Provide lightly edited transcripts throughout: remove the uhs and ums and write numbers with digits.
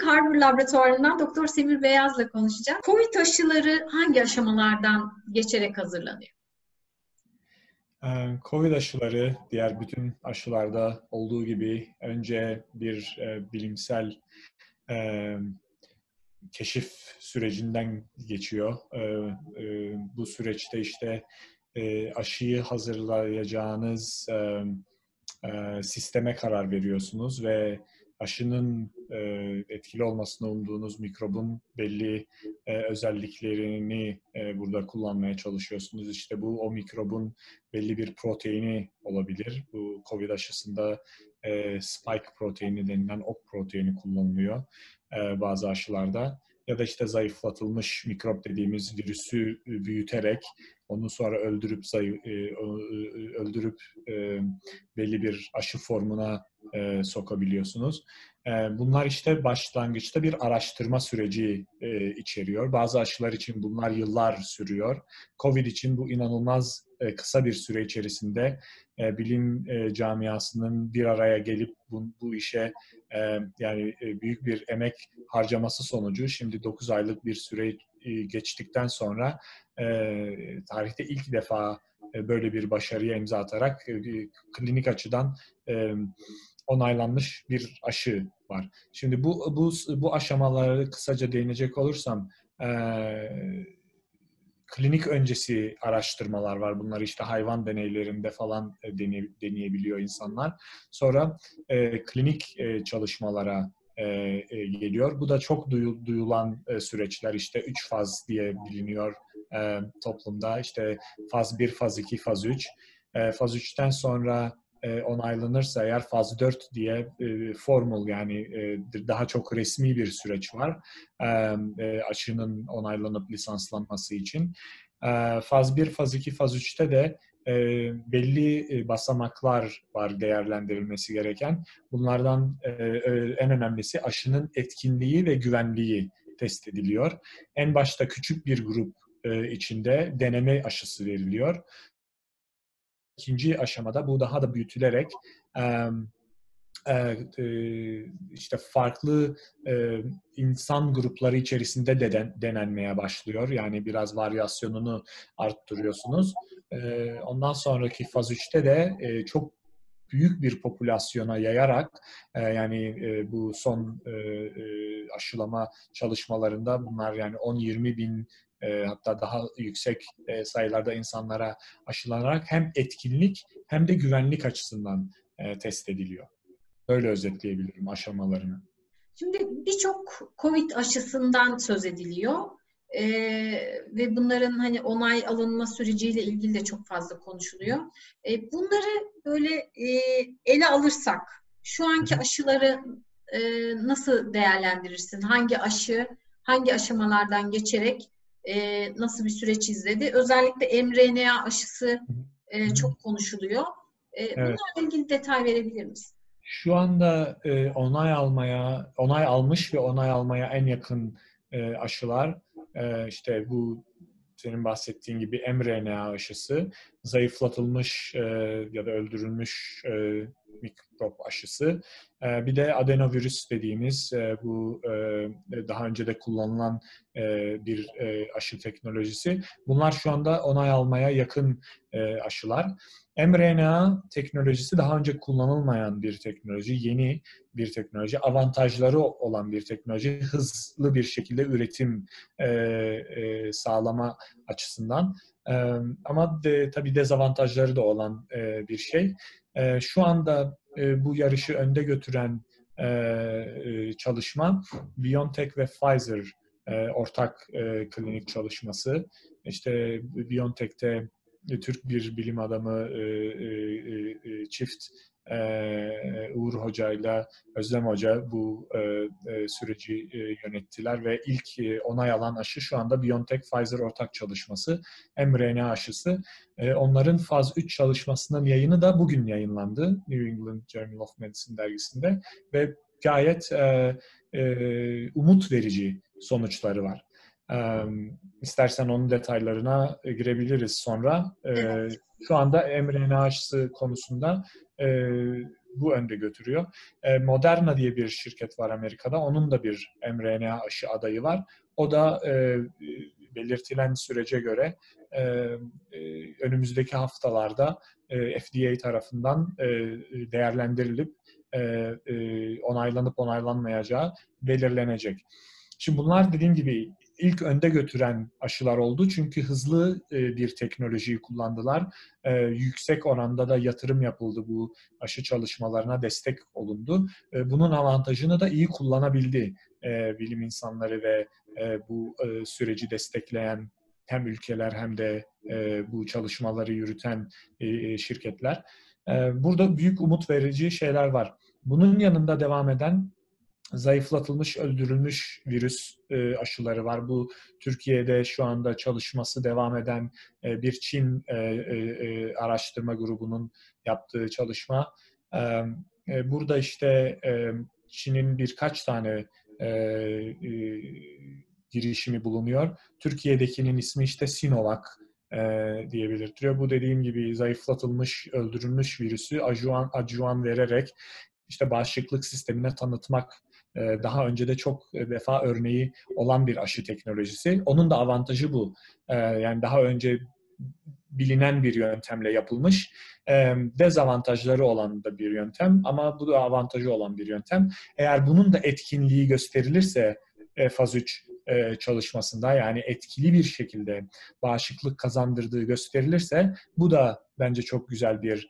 Clinic Harbor Laboratuvarı'ndan Doktor Semir Beyaz'la konuşacağım. COVID aşıları hangi aşamalardan geçerek hazırlanıyor? COVID aşıları diğer bütün aşılarda olduğu gibi önce bir bilimsel keşif sürecinden geçiyor. Bu süreçte işte aşıyı hazırlayacağınız sisteme karar veriyorsunuz ve aşının etkili olmasını umduğunuz mikrobun belli özelliklerini burada kullanmaya çalışıyorsunuz. İşte bu o mikrobun belli bir proteini olabilir. Bu COVID aşısında spike proteini denilen ok proteini kullanılıyor bazı aşılarda. Ya da işte zayıflatılmış mikrop dediğimiz virüsü büyüterek onu sonra öldürüp belli bir aşı formuna sokabiliyorsunuz. Bunlar işte başlangıçta bir araştırma süreci içeriyor. Bazı aşılar için bunlar yıllar sürüyor. COVID için bu inanılmaz kısa bir süre içerisinde bilim camiasının bir araya gelip bu işe yani büyük bir emek harcaması sonucu şimdi 9 aylık bir süre geçtikten sonra tarihte ilk defa böyle bir başarıya imza atarak klinik açıdan onaylanmış bir aşı var. Şimdi bu aşamaları kısaca değinecek olursam klinik öncesi araştırmalar var. Bunlar işte hayvan deneylerinde falan deneyebiliyor insanlar. Sonra klinik çalışmalara geliyor. Bu da çok duyulan süreçler. İşte 3 faz diye biliniyor toplumda. İşte faz 1, faz 2, faz 3. Faz 3'ten sonra onaylanırsa eğer faz 4 diye formal yani daha çok resmi bir süreç var aşının onaylanıp lisanslanması için. Faz 1, faz 2, faz 3'te de belli basamaklar var değerlendirilmesi gereken. Bunlardan en önemlisi aşının etkinliği ve güvenliği test ediliyor. En başta küçük bir grup içinde deneme aşısı veriliyor. İkinci aşamada bu daha da büyütülerek işte farklı insan grupları içerisinde de denenmeye başlıyor. Yani biraz varyasyonunu arttırıyorsunuz. Ondan sonraki faz 3'te de çok büyük bir popülasyona yayarak yani bu son aşılama çalışmalarında bunlar yani 10-20 bin hatta daha yüksek sayılarda insanlara aşılanarak hem etkinlik hem de güvenlik açısından test ediliyor. Böyle özetleyebilirim aşamalarını. Şimdi birçok COVID aşısından söz ediliyor. Ve bunların hani onay alınma süreciyle ilgili de çok fazla konuşuluyor. Bunları böyle ele alırsak şu anki aşıları nasıl değerlendirirsin? Hangi aşı, hangi aşamalardan geçerek nasıl bir süreç izledi? Özellikle mRNA aşısı çok konuşuluyor. Evet. Bunlarla ilgili detay verebilir misin? Şu anda onay almış ve onay almaya en yakın aşılar işte bu senin bahsettiğin gibi mRNA aşısı, zayıflatılmış ya da öldürülmüş mikrop aşısı, bir de adenovirüs dediğimiz bu daha önce de kullanılan bir aşı teknolojisi. Bunlar şu anda onay almaya yakın aşılar. mRNA teknolojisi daha önce kullanılmayan bir teknoloji, yeni bir teknoloji, avantajları olan bir teknoloji, hızlı bir şekilde üretim sağlama açısından. Ama tabii dezavantajları da olan bir şey. Şu anda bu yarışı önde götüren çalışma BioNTech ve Pfizer ortak klinik çalışması. İşte BioNTech'te Türk bir bilim adamı çift Uğur Hoca ile Özlem Hoca bu süreci yönettiler ve ilk onay alan aşı şu anda BioNTech-Pfizer ortak çalışması mRNA aşısı. Onların faz 3 çalışmasının yayını da bugün yayınlandı New England Journal of Medicine dergisinde ve gayet umut verici sonuçları var. İstersen onun detaylarına girebiliriz sonra. Evet. Şu anda mRNA aşısı konusunda bu önde götürüyor. Moderna diye bir şirket var Amerika'da. Onun da bir mRNA aşı adayı var. O da belirtilen sürece göre önümüzdeki haftalarda FDA tarafından değerlendirilip onaylanıp onaylanmayacağı belirlenecek. Şimdi bunlar dediğim gibi ilk önde götüren aşılar oldu. Çünkü hızlı bir teknolojiyi kullandılar. Yüksek oranda da yatırım yapıldı, bu aşı çalışmalarına destek olundu. Bunun avantajını da iyi kullanabildi bilim insanları ve bu süreci destekleyen hem ülkeler hem de bu çalışmaları yürüten şirketler. Burada büyük umut verici şeyler var. Bunun yanında devam eden zayıflatılmış, öldürülmüş virüs aşıları var. Bu Türkiye'de şu anda çalışması devam eden bir Çin araştırma grubunun yaptığı çalışma. Burada işte Çin'in birkaç tane girişimi bulunuyor. Türkiye'dekinin ismi işte Sinovac diye belirtiliyor. Bu dediğim gibi zayıflatılmış, öldürülmüş virüsü ajuvan vererek işte bağışıklık sistemine tanıtmak, daha önce de çok defa örneği olan bir aşı teknolojisi. Onun da avantajı bu. Yani daha önce bilinen bir yöntemle yapılmış, dezavantajları olan da bir yöntem ama bu da avantajı olan bir yöntem. Eğer bunun da etkinliği gösterilirse faz 3 çalışmasında, yani etkili bir şekilde bağışıklık kazandırdığı gösterilirse, bu da bence çok güzel bir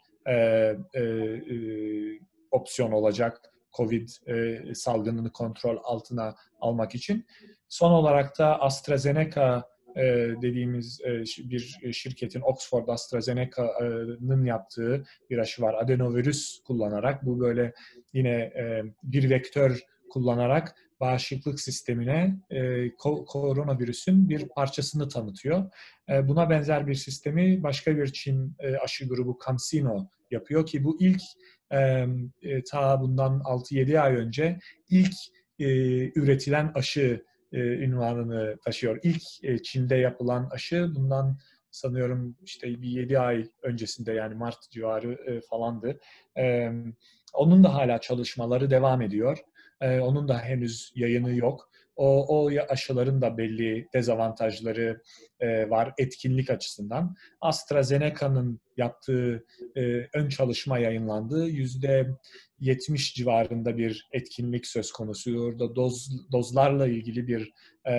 opsiyon olacak COVID salgınını kontrol altına almak için. Son olarak da AstraZeneca dediğimiz bir şirketin, Oxford AstraZeneca'nın yaptığı bir aşı var. Adenovirüs kullanarak, bu böyle yine bir vektör kullanarak bağışıklık sistemine koronavirüsün bir parçasını tanıtıyor. Buna benzer bir sistemi başka bir Çin aşı grubu CanSino yapıyor ki bu ilk ta bundan 6-7 ay önce ilk üretilen aşı ünvanını taşıyor. İlk Çin'de yapılan aşı bundan sanıyorum işte bir 7 ay öncesinde, yani Mart civarı falandı. Onun da hala çalışmaları devam ediyor. Onun da henüz yayını yok. O aşıların da belli dezavantajları var etkinlik açısından. AstraZeneca'nın yaptığı ön çalışma yayınlandı. %70 civarında bir etkinlik söz konusu. Orada dozlarla ilgili bir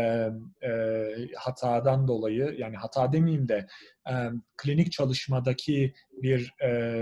hatadan dolayı, yani hata demeyeyim de klinik çalışmadaki bir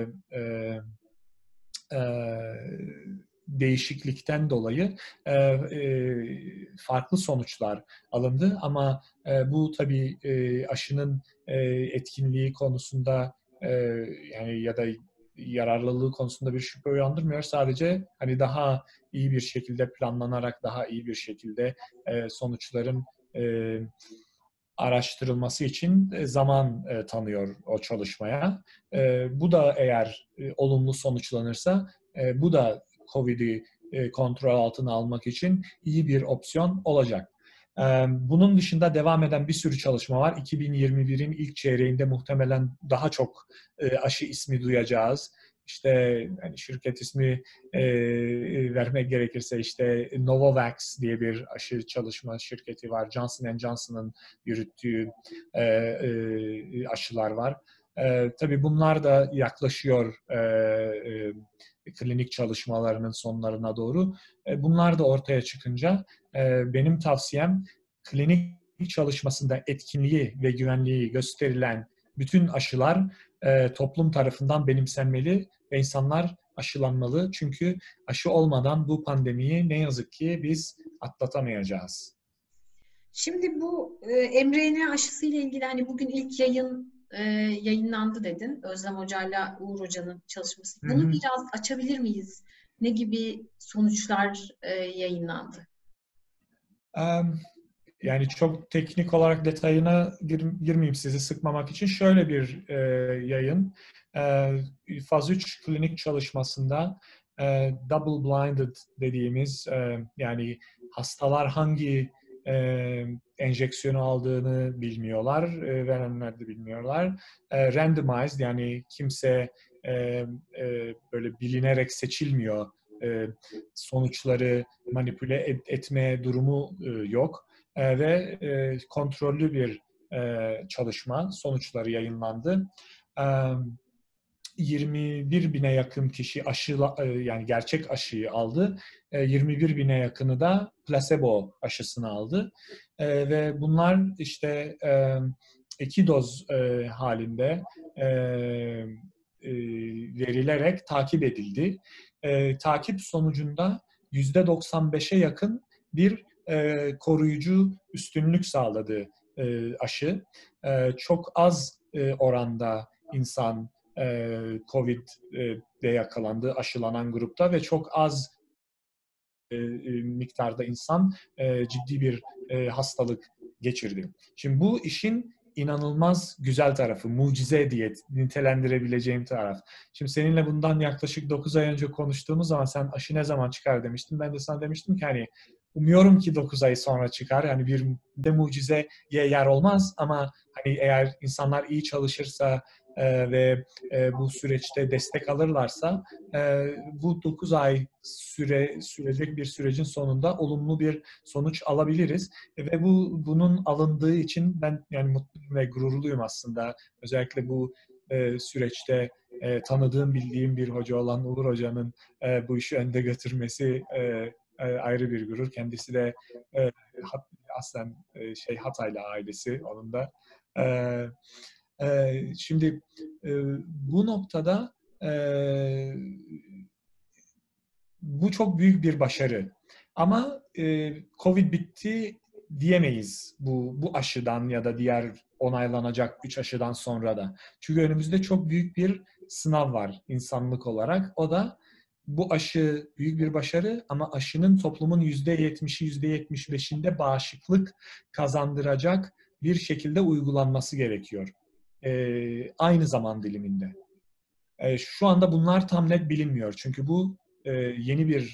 değişiklikten dolayı farklı sonuçlar alındı ama bu tabii aşının etkinliği konusunda yani ya da yararlılığı konusunda bir şüphe uyandırmıyor. Sadece hani daha iyi bir şekilde planlanarak, daha iyi bir şekilde sonuçların araştırılması için zaman tanıyor o çalışmaya. Bu da eğer olumlu sonuçlanırsa bu da COVID'i kontrol altına almak için iyi bir opsiyon olacak. Bunun dışında devam eden bir sürü çalışma var. 2021'in ilk çeyreğinde muhtemelen daha çok aşı ismi duyacağız. İşte yani şirket ismi vermek gerekirse işte Novavax diye bir aşı çalışma şirketi var. Johnson & Johnson'ın yürüttüğü aşılar var. Tabii bunlar da yaklaşıyor klinik çalışmalarının sonlarına doğru. Bunlar da ortaya çıkınca benim tavsiyem, klinik çalışmasında etkinliği ve güvenliği gösterilen bütün aşılar toplum tarafından benimsenmeli ve insanlar aşılanmalı. Çünkü aşı olmadan bu pandemiyi ne yazık ki biz atlatamayacağız. Şimdi bu mRNA aşısı ile ilgili hani bugün ilk yayınlandı dedin. Özlem Hoca'yla Uğur Hoca'nın çalışması. Bunu biraz açabilir miyiz? Ne gibi sonuçlar yayınlandı? Yani çok teknik olarak detayına girmeyeyim sizi sıkmamak için. Şöyle bir yayın. Faz 3 klinik çalışmasında double blinded dediğimiz yani hastalar hangi enjeksiyonu aldığını bilmiyorlar, verenler de bilmiyorlar. Randomized, yani kimse böyle bilinerek seçilmiyor. Sonuçları manipüle etme durumu yok. Ve kontrollü bir çalışma sonuçları yayınlandı. 21 bine yakın kişi yani gerçek aşıyı aldı. 21 bine yakını da placebo aşısını aldı. Ve bunlar işte 2 doz halinde verilerek takip edildi. Takip sonucunda %95'e yakın bir koruyucu üstünlük sağladı aşı. Çok az oranda insan Covid'de yakalandı aşılanan grupta ve çok az miktarda insan ciddi bir hastalık geçirdi. Şimdi bu işin inanılmaz güzel tarafı, mucize diye nitelendirebileceğim taraf. Şimdi seninle bundan yaklaşık 9 ay önce konuştuğumuz zaman sen aşı ne zaman çıkar demiştin. Ben de sana demiştim ki hani umuyorum ki 9 ay sonra çıkar. Yani bir de mucizeye yer olmaz ama hani eğer insanlar iyi çalışırsa ve bu süreçte destek alırlarsa bu 9 ay sürecek bir sürecin sonunda olumlu bir sonuç alabiliriz. Ve bunun alındığı için ben yani mutluyum ve gururluyum aslında. Özellikle bu süreçte tanıdığım, bildiğim bir hoca olan Uğur Hoca'nın bu işi önde götürmesi ayrı bir gurur. Kendisi de aslen Hataylı ailesi onun da. Şimdi bu noktada bu çok büyük bir başarı. Ama Covid bitti diyemeyiz bu aşıdan ya da diğer onaylanacak 3 aşıdan sonra da. Çünkü önümüzde çok büyük bir sınav var insanlık olarak. O da bu aşı büyük bir başarı ama aşının toplumun %70'i, %75'inde bağışıklık kazandıracak bir şekilde uygulanması gerekiyor. Aynı zaman diliminde. Şu anda bunlar tam net bilinmiyor. Çünkü bu yeni bir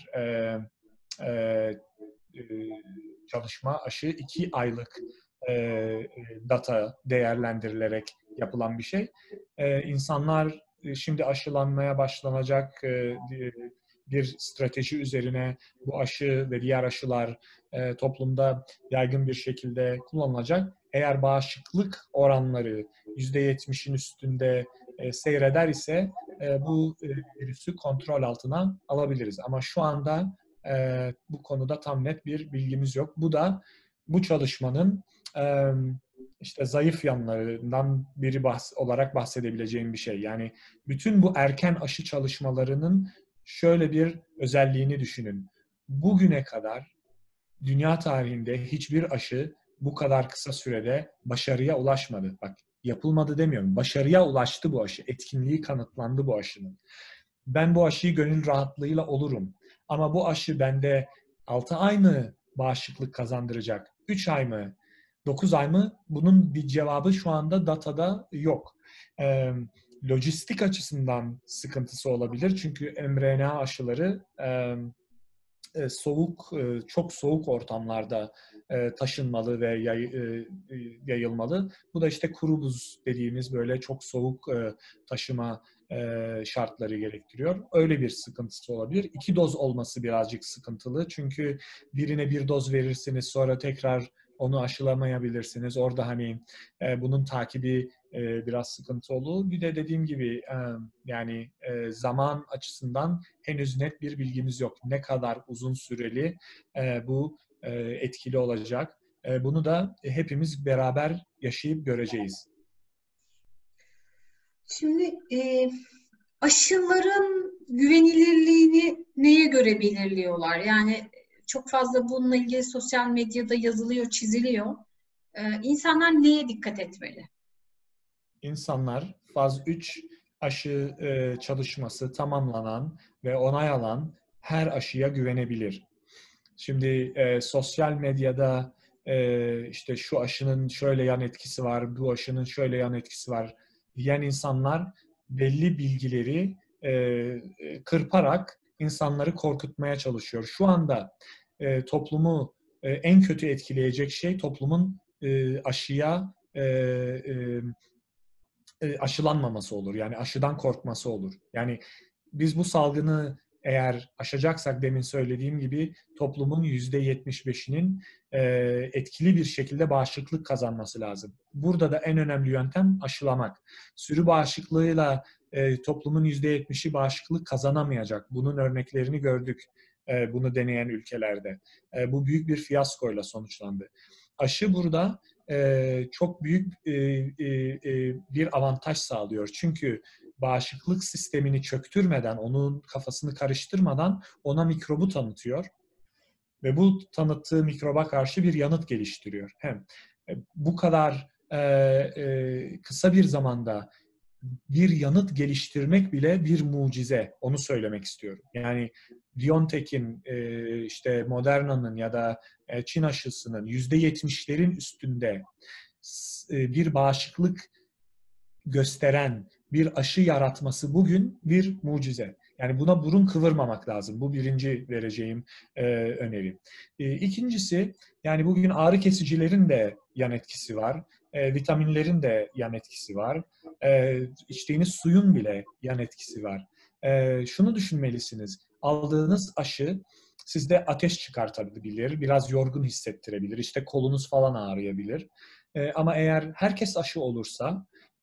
çalışma, aşı 2 aylık data değerlendirilerek yapılan bir şey. İnsanlar şimdi aşılanmaya başlanacak bir strateji üzerine bu aşı ve diğer aşılar toplumda yaygın bir şekilde kullanılacak. Eğer bağışıklık oranları %70'in üstünde seyreder ise bu virüsü kontrol altına alabiliriz. Ama şu anda bu konuda tam net bir bilgimiz yok. Bu da bu çalışmanın işte zayıf yanlarından biri olarak bahsedebileceğim bir şey. Yani bütün bu erken aşı çalışmalarının şöyle bir özelliğini düşünün. Bugüne kadar dünya tarihinde hiçbir aşı bu kadar kısa sürede başarıya ulaşmadı. Bak yapılmadı demiyorum. Başarıya ulaştı bu aşı. Etkinliği kanıtlandı bu aşının. Ben bu aşıyı gönül rahatlığıyla olurum. Ama bu aşı bende 6 ay mı bağışıklık kazandıracak? 3 ay mı? 9 ay mı? Bunun bir cevabı şu anda datada yok. Lojistik açısından sıkıntısı olabilir. Çünkü mRNA aşıları çok soğuk ortamlarda taşınmalı ve yayılmalı. Bu da işte kuru buz dediğimiz böyle çok soğuk taşıma şartları gerektiriyor. Öyle bir sıkıntısı olabilir. 2 doz olması birazcık sıkıntılı. Çünkü birine 1 doz verirsiniz sonra tekrar onu aşılamayabilirsiniz. Orada hani bunun takibi biraz sıkıntı olur. Bir de dediğim gibi yani zaman açısından henüz net bir bilgimiz yok. Ne kadar uzun süreli bu etkili olacak. Bunu da hepimiz beraber yaşayıp göreceğiz. Şimdi aşıların güvenilirliğini neye göre belirliyorlar? Yani çok fazla bununla ilgili sosyal medyada yazılıyor, çiziliyor. İnsanlar neye dikkat etmeli? İnsanlar faz 3 aşı çalışması tamamlanan ve onay alan her aşıya güvenebilir. Şimdi sosyal medyada işte şu aşının şöyle yan etkisi var, bu aşının şöyle yan etkisi var diyen insanlar belli bilgileri kırparak insanları korkutmaya çalışıyor. Şu anda toplumu en kötü etkileyecek şey toplumun aşıya aşılanmaması olur. Yani aşıdan korkması olur. Yani biz bu salgını eğer aşacaksak, demin söylediğim gibi toplumun %75'inin etkili bir şekilde bağışıklık kazanması lazım. Burada da en önemli yöntem aşılamak. Sürü bağışıklığıyla toplumun %70'i bağışıklık kazanamayacak. Bunun örneklerini gördük bunu deneyen ülkelerde. Bu büyük bir fiyaskoyla sonuçlandı. Aşı burada çok büyük bir avantaj sağlıyor. Çünkü bağışıklık sistemini çöktürmeden, onun kafasını karıştırmadan ona mikrobu tanıtıyor ve bu tanıttığı mikroba karşı bir yanıt geliştiriyor. Hem bu kadar kısa bir zamanda bir yanıt geliştirmek bile bir mucize. Onu söylemek istiyorum. Yani BioNTech'in, işte Moderna'nın ya da Çin aşısının %70'lerin üstünde bir bağışıklık gösteren bir aşı yaratması bugün bir mucize. Yani buna burun kıvırmamak lazım. Bu birinci vereceğim öneri. İkincisi, yani bugün ağrı kesicilerin de yan etkisi var. Vitaminlerin de yan etkisi var. İçtiğiniz suyun bile yan etkisi var. Şunu düşünmelisiniz. Aldığınız aşı sizde ateş çıkartabilir, biraz yorgun hissettirebilir, işte kolunuz falan ağrıyabilir. Ama eğer herkes aşı olursa,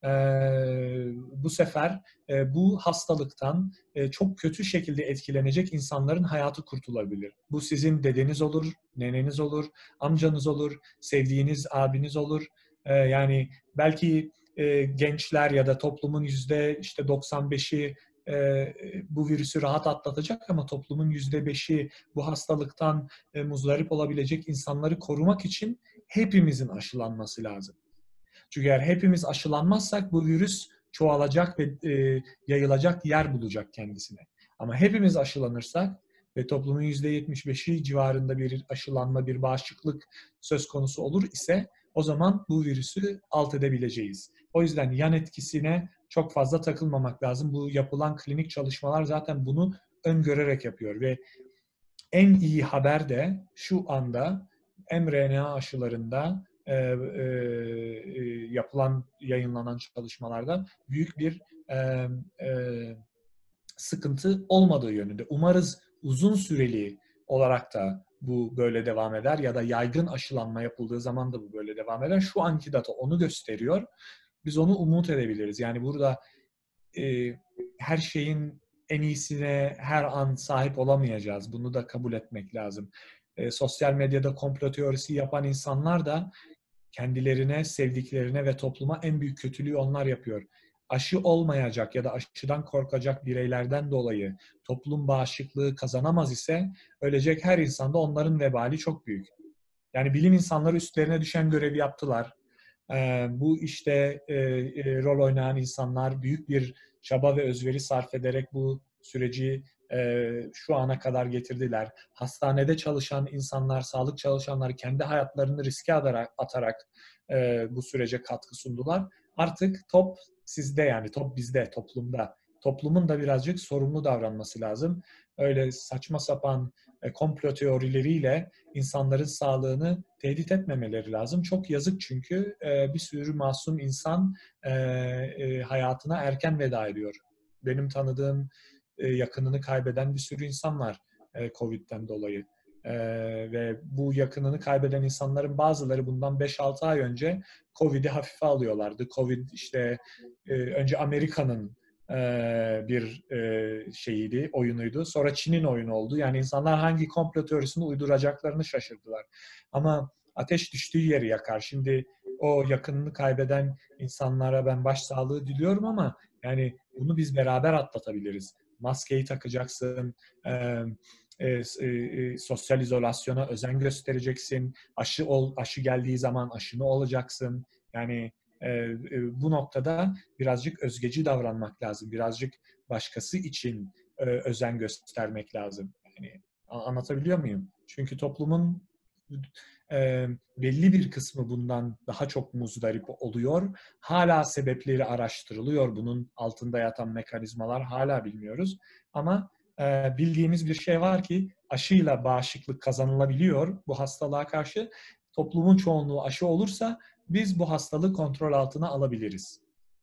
bu sefer bu hastalıktan çok kötü şekilde etkilenecek insanların hayatı kurtulabilir. Bu sizin dedeniz olur, neneniz olur, amcanız olur, sevdiğiniz abiniz olur. Yani belki gençler ya da toplumun %95'i bu virüsü rahat atlatacak ama toplumun %5'i bu hastalıktan muzdarip olabilecek insanları korumak için hepimizin aşılanması lazım. Çünkü eğer hepimiz aşılanmazsak bu virüs çoğalacak ve yayılacak yer bulacak kendisine. Ama hepimiz aşılanırsak ve toplumun %75'i civarında bir aşılanma, bir bağışıklık söz konusu olur ise o zaman bu virüsü alt edebileceğiz. O yüzden yan etkisine çok fazla takılmamak lazım. Bu yapılan klinik çalışmalar zaten bunu öngörerek yapıyor ve en iyi haber de şu anda mRNA aşılarında yayınlanan çalışmalarda büyük bir sıkıntı olmadığı yönünde. Umarız uzun süreli olarak da bu böyle devam eder ya da yaygın aşılanma yapıldığı zaman da bu böyle devam eder. Şu anki data onu gösteriyor. Biz onu umut edebiliriz. Yani burada her şeyin en iyisine her an sahip olamayacağız. Bunu da kabul etmek lazım. Sosyal medyada komplo teorisi yapan insanlar da kendilerine, sevdiklerine ve topluma en büyük kötülüğü onlar yapıyor. Aşı olmayacak ya da aşıdan korkacak bireylerden dolayı toplum bağışıklığı kazanamaz ise ölecek her insanda onların vebali çok büyük. Yani bilim insanları üstlerine düşen görevi yaptılar. Bu işte rol oynayan insanlar büyük bir çaba ve özveri sarf ederek bu süreci şu ana kadar getirdiler. Hastanede çalışan insanlar, sağlık çalışanları kendi hayatlarını riske atarak bu sürece katkı sundular. Artık top sizde, yani top bizde, toplumda. Toplumun da birazcık sorumlu davranması lazım. Öyle saçma sapan komplo teorileriyle insanların sağlığını tehdit etmemeleri lazım. Çok yazık çünkü bir sürü masum insan hayatına erken veda ediyor. Benim tanıdığım yakınını kaybeden bir sürü insan var Covid'den dolayı. Ve bu yakınını kaybeden insanların bazıları bundan 5-6 ay önce Covid'i hafife alıyorlardı. Covid işte önce Amerika'nın bir şeyiydi, oyunuydu. Sonra Çin'in oyunu oldu. Yani insanlar hangi komplo teorisini uyduracaklarını şaşırdılar. Ama ateş düştüğü yeri yakar. Şimdi o yakınını kaybeden insanlara ben başsağlığı diliyorum ama yani bunu biz beraber atlatabiliriz. Maskeyi takacaksın, sosyal izolasyona özen göstereceksin, aşı geldiği zaman aşını olacaksın. Yani bu noktada birazcık özgeci davranmak lazım. Birazcık başkası için özen göstermek lazım. Yani anlatabiliyor muyum? Çünkü toplumun belli bir kısmı bundan daha çok muzdarip oluyor. Hala sebepleri araştırılıyor. Bunun altında yatan mekanizmalar hala bilmiyoruz. Ama bildiğimiz bir şey var ki aşıyla bağışıklık kazanılabiliyor bu hastalığa karşı. Toplumun çoğunluğu aşı olursa biz bu hastalığı kontrol altına alabiliriz.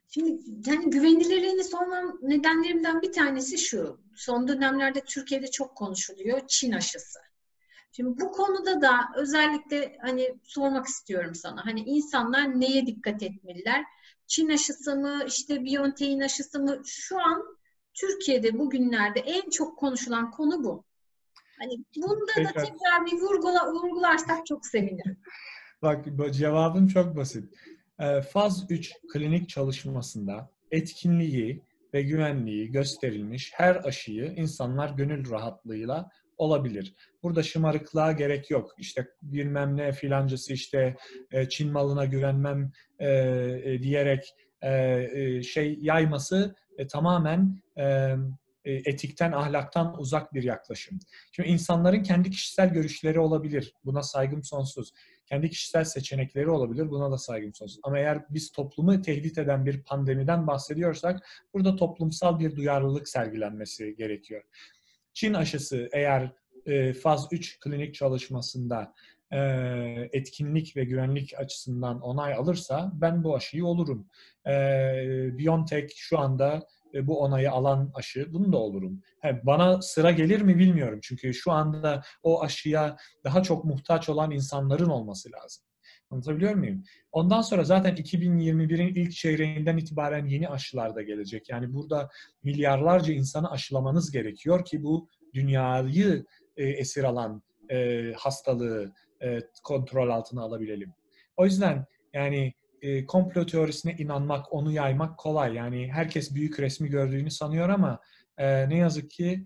Şimdi yani güvenilirliğini sormam nedenlerimden bir tanesi şu. Son dönemlerde Türkiye'de çok konuşuluyor. Çin aşısı. Şimdi bu konuda da özellikle hani sormak istiyorum sana. Hani insanlar neye dikkat etmeliler? Çin aşısı mı, işte BioNTech'in aşısı mı? Şu an Türkiye'de bugünlerde en çok konuşulan konu bu. Hani bunda da Tekrar tekrar bir vurgularsak çok sevinirim. bak, cevabım çok basit. Faz 3 klinik çalışmasında etkinliği ve güvenliği gösterilmiş her aşıyı insanlar gönül rahatlığıyla olabilir. Burada şımarıklığa gerek yok. İşte bilmem ne filancası işte Çin malına güvenmem diyerek şey yayması tamamen etikten, ahlaktan uzak bir yaklaşım. Şimdi insanların kendi kişisel görüşleri olabilir. Buna saygım sonsuz. Kendi kişisel seçenekleri olabilir. Buna da saygım sonsuz. Ama eğer biz toplumu tehdit eden bir pandemiden bahsediyorsak burada toplumsal bir duyarlılık sergilenmesi gerekiyor. Çin aşısı eğer faz 3 klinik çalışmasında etkinlik ve güvenlik açısından onay alırsa ben bu aşıyı olurum. BioNTech şu anda bu onayı alan aşı, bunu da olurum. Bana sıra gelir mi bilmiyorum. Çünkü şu anda o aşıya daha çok muhtaç olan insanların olması lazım. Anlatabiliyor muyum? Ondan sonra zaten 2021'in ilk çeyreğinden itibaren yeni aşılar da gelecek. Yani burada milyarlarca insanı aşılamanız gerekiyor ki bu dünyayı esir alan hastalığı kontrol altına alabilelim. O yüzden yani komplo teorisine inanmak, onu yaymak kolay. Yani herkes büyük resmi gördüğünü sanıyor ama ne yazık ki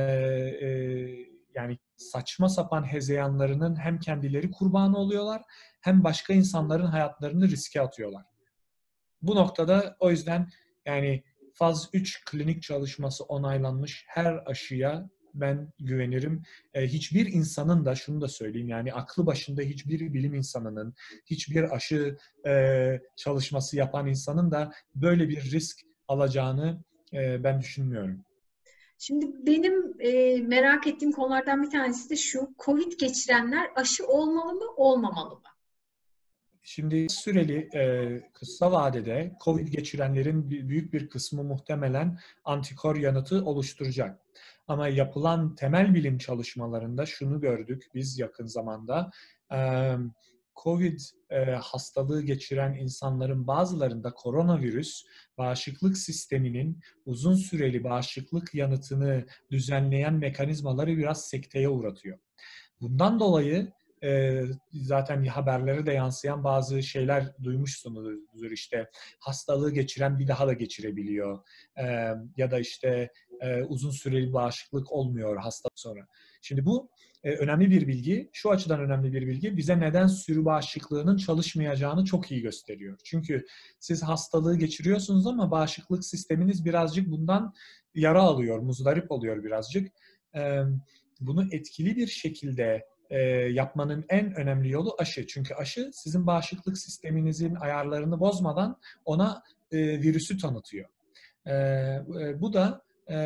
yani saçma sapan hezeyanlarının hem kendileri kurbanı oluyorlar hem başka insanların hayatlarını riske atıyorlar. Bu noktada o yüzden yani faz 3 klinik çalışması onaylanmış her aşıya ben güvenirim. Hiçbir insanın da şunu da söyleyeyim yani aklı başında hiçbir bilim insanının, hiçbir aşı çalışması yapan insanın da böyle bir risk alacağını ben düşünmüyorum. Şimdi benim merak ettiğim konulardan bir tanesi de şu. Covid geçirenler aşı olmalı mı, olmamalı mı? Şimdi süreli kısa vadede COVID geçirenlerin büyük bir kısmı muhtemelen antikor yanıtı oluşturacak. Ama yapılan temel bilim çalışmalarında şunu gördük biz yakın zamanda. COVID hastalığı geçiren insanların bazılarında koronavirüs bağışıklık sisteminin uzun süreli bağışıklık yanıtını düzenleyen mekanizmaları biraz sekteye uğratıyor. Bundan dolayı zaten haberlere de yansıyan bazı şeyler duymuşsunuzdur işte hastalığı geçiren bir daha da geçirebiliyor ya da işte uzun süreli bağışıklık olmuyor hasta sonra. Şimdi bu önemli bir bilgi. Şu açıdan önemli bir bilgi. Bize neden sürü bağışıklığının çalışmayacağını çok iyi gösteriyor. Çünkü siz hastalığı geçiriyorsunuz ama bağışıklık sisteminiz birazcık bundan yara alıyor, muzdarip oluyor birazcık. Bunu etkili bir şekilde yapmanın en önemli yolu aşı. Çünkü aşı sizin bağışıklık sisteminizin ayarlarını bozmadan ona virüsü tanıtıyor. Bu da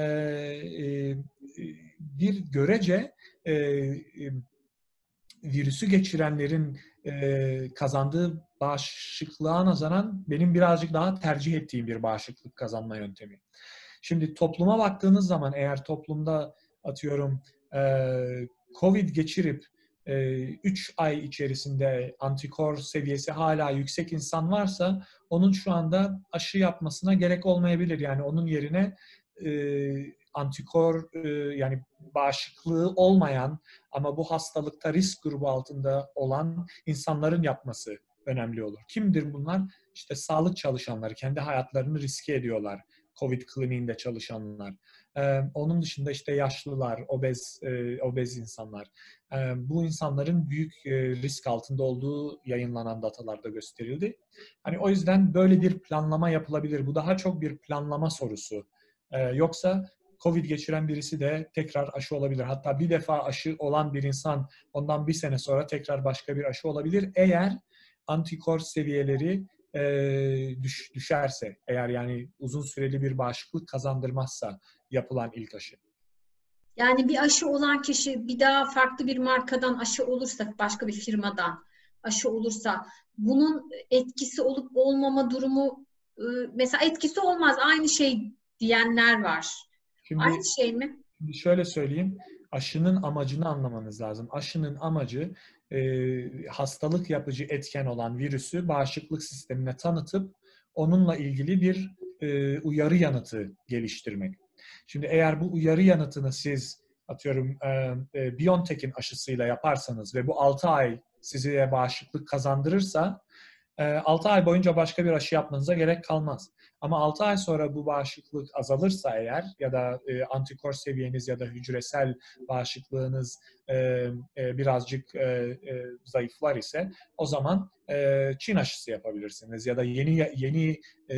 bir görece virüsü geçirenlerin kazandığı bağışıklığa nazaran benim birazcık daha tercih ettiğim bir bağışıklık kazanma yöntemi. Şimdi topluma baktığınız zaman eğer toplumda atıyorum COVID geçirip 3 ay içerisinde antikor seviyesi hala yüksek insan varsa onun şu anda aşı yapmasına gerek olmayabilir. Yani onun yerine antikor yani bağışıklığı olmayan ama bu hastalıkta risk grubu altında olan insanların yapması önemli olur. Kimdir bunlar? İşte sağlık çalışanları, kendi hayatlarını riske ediyorlar. COVID kliniğinde çalışanlar. Onun dışında işte yaşlılar, obez insanlar. Bu insanların büyük risk altında olduğu yayınlanan datalarda gösterildi. Hani o yüzden böyle bir planlama yapılabilir. Bu daha çok bir planlama sorusu. Yoksa COVID geçiren birisi de tekrar aşı olabilir. Hatta bir defa aşı olan bir insan ondan bir sene sonra tekrar başka bir aşı olabilir. Eğer antikor seviyeleri düşerse, eğer yani uzun süreli bir bağışıklık kazandırmazsa yapılan ilk aşı. Yani bir aşı olan kişi bir daha farklı bir markadan aşı olursa, başka bir firmadan aşı olursa bunun etkisi olup olmama durumu mesela etkisi olmaz, aynı şey diyenler var. Aynı Şimdi, şey mi? şimdi şöyle söyleyeyim. Aşının amacını anlamanız lazım. Aşının amacı hastalık yapıcı etken olan virüsü bağışıklık sistemine tanıtıp onunla ilgili bir uyarı yanıtı geliştirmek. Şimdi eğer bu uyarı yanıtını siz atıyorum BioNTech'in aşısıyla yaparsanız ve bu 6 ay size bağışıklık kazandırırsa 6 ay boyunca başka bir aşı yapmanıza gerek kalmaz. Ama 6 ay sonra bu bağışıklık azalırsa eğer ya da antikor seviyeniz ya da hücresel bağışıklığınız birazcık zayıflar ise o zaman Çin aşısı yapabilirsiniz ya da yeni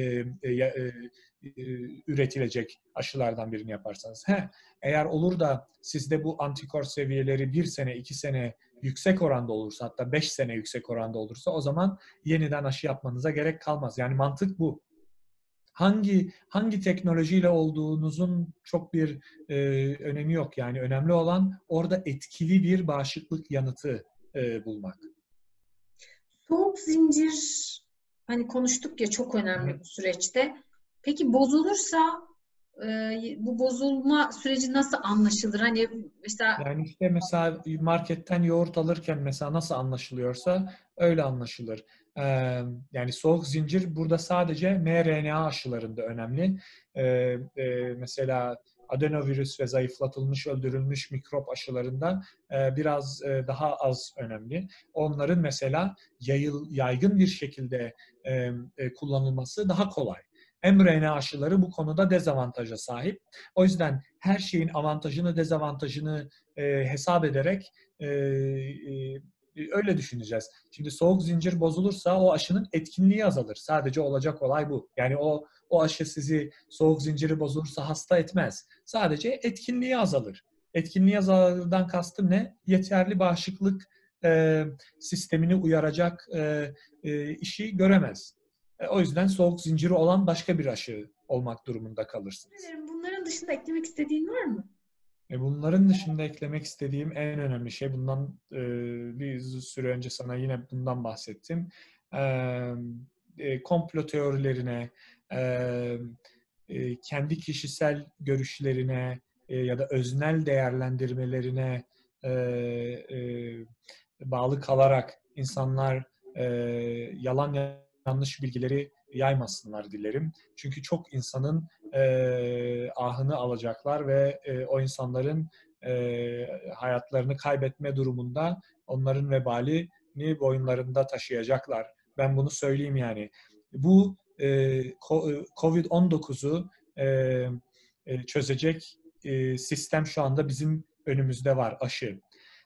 üretilecek aşılardan birini yaparsanız. Eğer olur da sizde bu antikor seviyeleri 1 sene, 2 sene yüksek oranda olursa, hatta 5 sene yüksek oranda olursa o zaman yeniden aşı yapmanıza gerek kalmaz. Yani mantık bu. Hangi teknolojiyle olduğunuzun çok bir önemi yok. Yani önemli olan orada etkili bir bağışıklık yanıtı bulmak. Soğuk zincir, hani konuştuk ya, çok önemli bu süreçte. Peki bozulursa bu bozulma süreci nasıl anlaşılır? Hani mesela Yani işte mesela marketten yoğurt alırken mesela nasıl anlaşılıyorsa öyle anlaşılır. Yani soğuk zincir burada sadece mRNA aşılarında önemli. Mesela adenovirüs ve zayıflatılmış, öldürülmüş mikrop aşılarında biraz daha az önemli. Onların mesela yaygın bir şekilde kullanılması daha kolay. mRNA aşıları bu konuda dezavantaja sahip. O yüzden her şeyin avantajını, dezavantajını hesap ederek öyle düşüneceğiz. Şimdi soğuk zincir bozulursa o aşının etkinliği azalır. Sadece olacak olay bu. Yani o aşı sizi soğuk zinciri bozulursa hasta etmez. Sadece etkinliği azalır. Etkinliği azalırdan kastım ne? Yeterli bağışıklık sistemini uyaracak işi göremez. O yüzden soğuk zinciri olan başka bir aşı olmak durumunda kalırsınız. bunların dışında eklemek istediğin var mı? Bunların dışında eklemek istediğim en önemli şey, bundan bir süre önce sana yine bundan bahsettim. Komplo teorilerine, kendi kişisel görüşlerine ya da öznel değerlendirmelerine e, e, bağlı kalarak insanlar yalan yanlış bilgileri yaymasınlar dilerim. Çünkü çok insanın ahını alacaklar ve o insanların hayatlarını kaybetme durumunda onların vebalini boyunlarında taşıyacaklar. Ben bunu söyleyeyim yani. Bu Covid-19'u çözecek sistem şu anda bizim önümüzde var, aşı.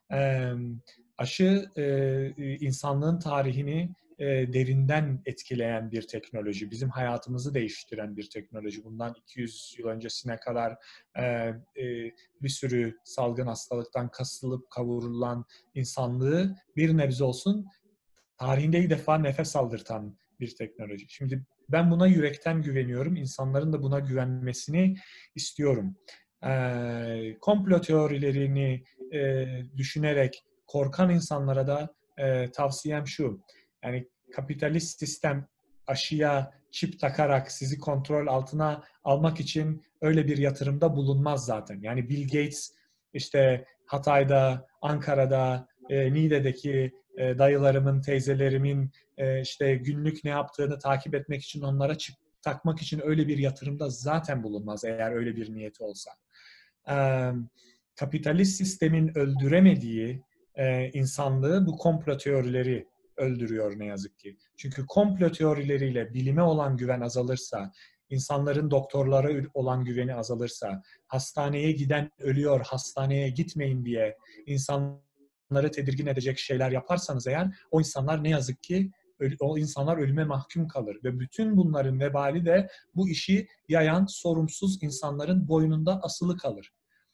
Aşı insanlığın tarihini derinden etkileyen bir teknoloji. Bizim hayatımızı değiştiren bir teknoloji. Bundan 200 yıl öncesine kadar bir sürü salgın hastalıktan kasılıp kavrulan insanlığı bir nebze olsun tarihinde ilk defa nefes aldırtan bir teknoloji. Şimdi ben buna yürekten güveniyorum. İnsanların da buna güvenmesini istiyorum. Komplo teorilerini düşünerek korkan insanlara da tavsiyem şu. Yani kapitalist sistem aşıya çip takarak sizi kontrol altına almak için öyle bir yatırımda bulunmaz zaten. Yani Bill Gates işte Hatay'da, Ankara'da, Niğde'deki dayılarımın, teyzelerimin işte günlük ne yaptığını takip etmek için onlara çip takmak için öyle bir yatırımda zaten bulunmaz eğer öyle bir niyeti olsa. Kapitalist sistemin öldüremediği insanlığı bu komplo teorileri öldürüyor ne yazık ki. Çünkü komplo teorileriyle bilime olan güven azalırsa, insanların doktorlara olan güveni azalırsa, hastaneye giden ölüyor, hastaneye gitmeyin diye insanları tedirgin edecek şeyler yaparsanız eğer, o insanlar ne yazık ki o insanlar ölüme mahkum kalır. Ve bütün bunların vebali de bu işi yayan sorumsuz insanların boynunda asılı kalır.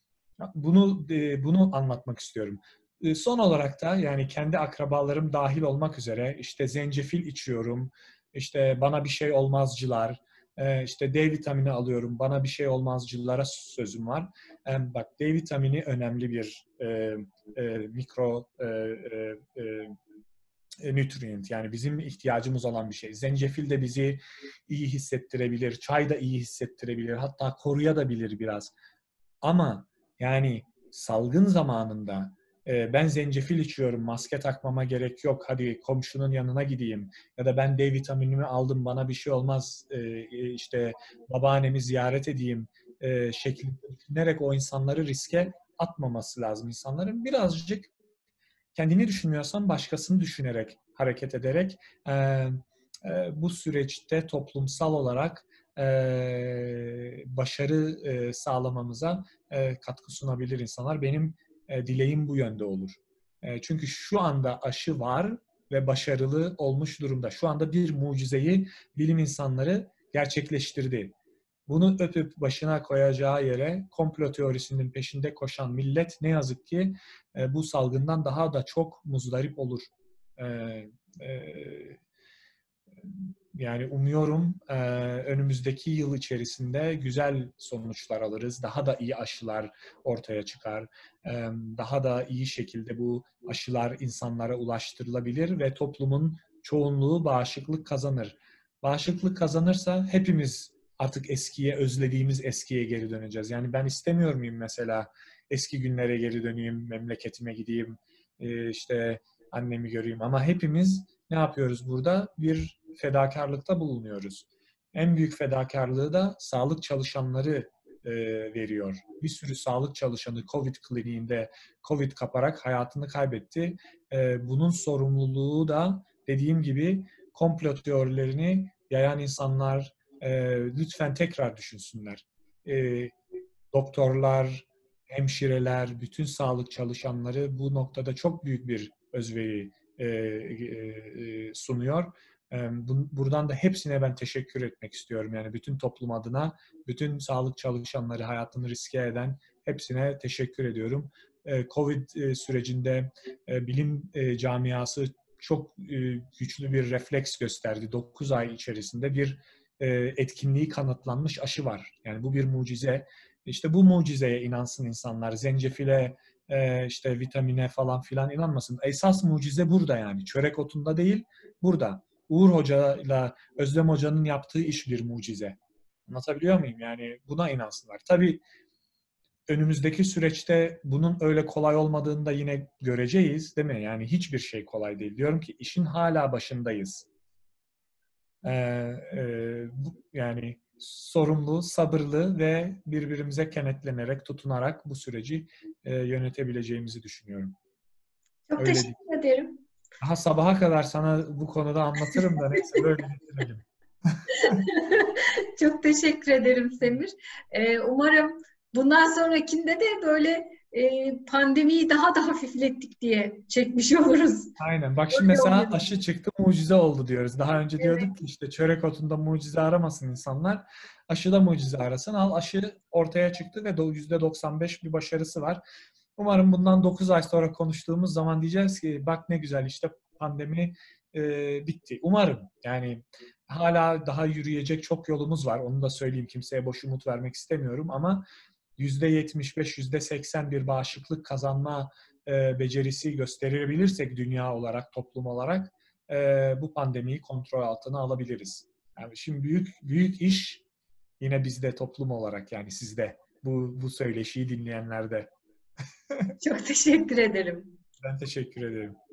Bunu anlatmak istiyorum. Son olarak da yani kendi akrabalarım dahil olmak üzere işte zencefil içiyorum, işte bana bir şey olmazcılar, işte D vitamini alıyorum, bana bir şey olmazcılara sözüm var. Bak D vitamini önemli bir mikro nutrient, yani bizim ihtiyacımız olan bir şey. Zencefil de bizi iyi hissettirebilir, çay da iyi hissettirebilir, hatta koruyabilir biraz. Ama yani salgın zamanında ben zencefil içiyorum, maske takmama gerek yok, hadi komşunun yanına gideyim ya da ben D vitaminimi aldım, bana bir şey olmaz, işte babaannemi ziyaret edeyim şeklinde düşünerek o insanları riske atmaması lazım insanların. Birazcık kendini düşünmüyorsan başkasını düşünerek, hareket ederek bu süreçte toplumsal olarak başarı sağlamamıza katkı sunabilir insanlar. Benim dileğim bu yönde olur. Çünkü şu anda aşı var ve başarılı olmuş durumda. Şu anda bir mucizeyi bilim insanları gerçekleştirdi. Bunu öpüp başına koyacağı yere komplo teorisinin peşinde koşan millet ne yazık ki bu salgından daha da çok muzdarip olur. E, e, Yani umuyorum önümüzdeki yıl içerisinde güzel sonuçlar alırız. Daha da iyi aşılar ortaya çıkar. Daha da iyi şekilde bu aşılar insanlara ulaştırılabilir ve toplumun çoğunluğu bağışıklık kazanır. Bağışıklık kazanırsa hepimiz artık özlediğimiz eskiye geri döneceğiz. Yani ben istemiyor muyum mesela eski günlere geri döneyim, memleketime gideyim, işte annemi göreyim, ama hepimiz ne yapıyoruz burada? Bir fedakarlıkta bulunuyoruz. En büyük fedakarlığı da sağlık çalışanları veriyor. Bir sürü sağlık çalışanı COVID kliniğinde COVID kaparak hayatını kaybetti. Bunun sorumluluğu da dediğim gibi komplo teorilerini yayan insanlar lütfen tekrar düşünsünler. Doktorlar, hemşireler, bütün sağlık çalışanları bu noktada çok büyük bir özveri sunuyor. Buradan da hepsine ben teşekkür etmek istiyorum. Yani bütün toplum adına, bütün sağlık çalışanları, hayatını riske eden hepsine teşekkür ediyorum. Covid sürecinde bilim camiası çok güçlü bir refleks gösterdi. 9 ay içerisinde bir etkinliği kanıtlanmış aşı var. Yani bu bir mucize. İşte bu mucizeye inansın insanlar. Zencefile, işte vitamine falan filan inanmasın. Esas mucize burada yani. Çörek otunda değil, burada. Uğur Hoca ile Özlem Hoca'nın yaptığı iş bir mucize. Anlatabiliyor muyum? Yani buna inansınlar. Tabii önümüzdeki süreçte bunun öyle kolay olmadığını da yine göreceğiz, değil mi? Yani hiçbir şey kolay değil. Diyorum ki işin hala başındayız. Yani sorumlu, sabırlı ve birbirimize kenetlenerek, tutunarak bu süreci yönetebileceğimizi düşünüyorum. Çok Öyle değil. teşekkür ederim. Daha sabaha kadar sana bu konuda anlatırım da neyse böyle bitirelim. Çok teşekkür ederim Semir. Umarım bundan sonrakinde de böyle pandemiyi daha da hafiflettik diye çekmiş oluruz. Aynen. Bak şimdi Öyle mesela oluyor. aşı çıktı, mucize oldu diyoruz. Daha önce Evet, diyorduk ki işte çörek otunda mucize aramasın insanlar. Aşıda mucize arasın. Al, aşı ortaya çıktı ve %95 bir başarısı var. Umarım bundan 9 ay sonra konuştuğumuz zaman diyeceğiz ki bak ne güzel işte pandemi bitti. Umarım. Yani hala daha yürüyecek çok yolumuz var. Onu da söyleyeyim. Kimseye boş umut vermek istemiyorum ama %75, %80 bir bağışıklık kazanma becerisi gösterebilirsek dünya olarak, toplum olarak bu pandemiyi kontrol altına alabiliriz. Yani şimdi büyük iş yine bizde toplum olarak, yani sizde, bu söyleşiyi dinleyenlerde. çok teşekkür ederim. Ben teşekkür ederim.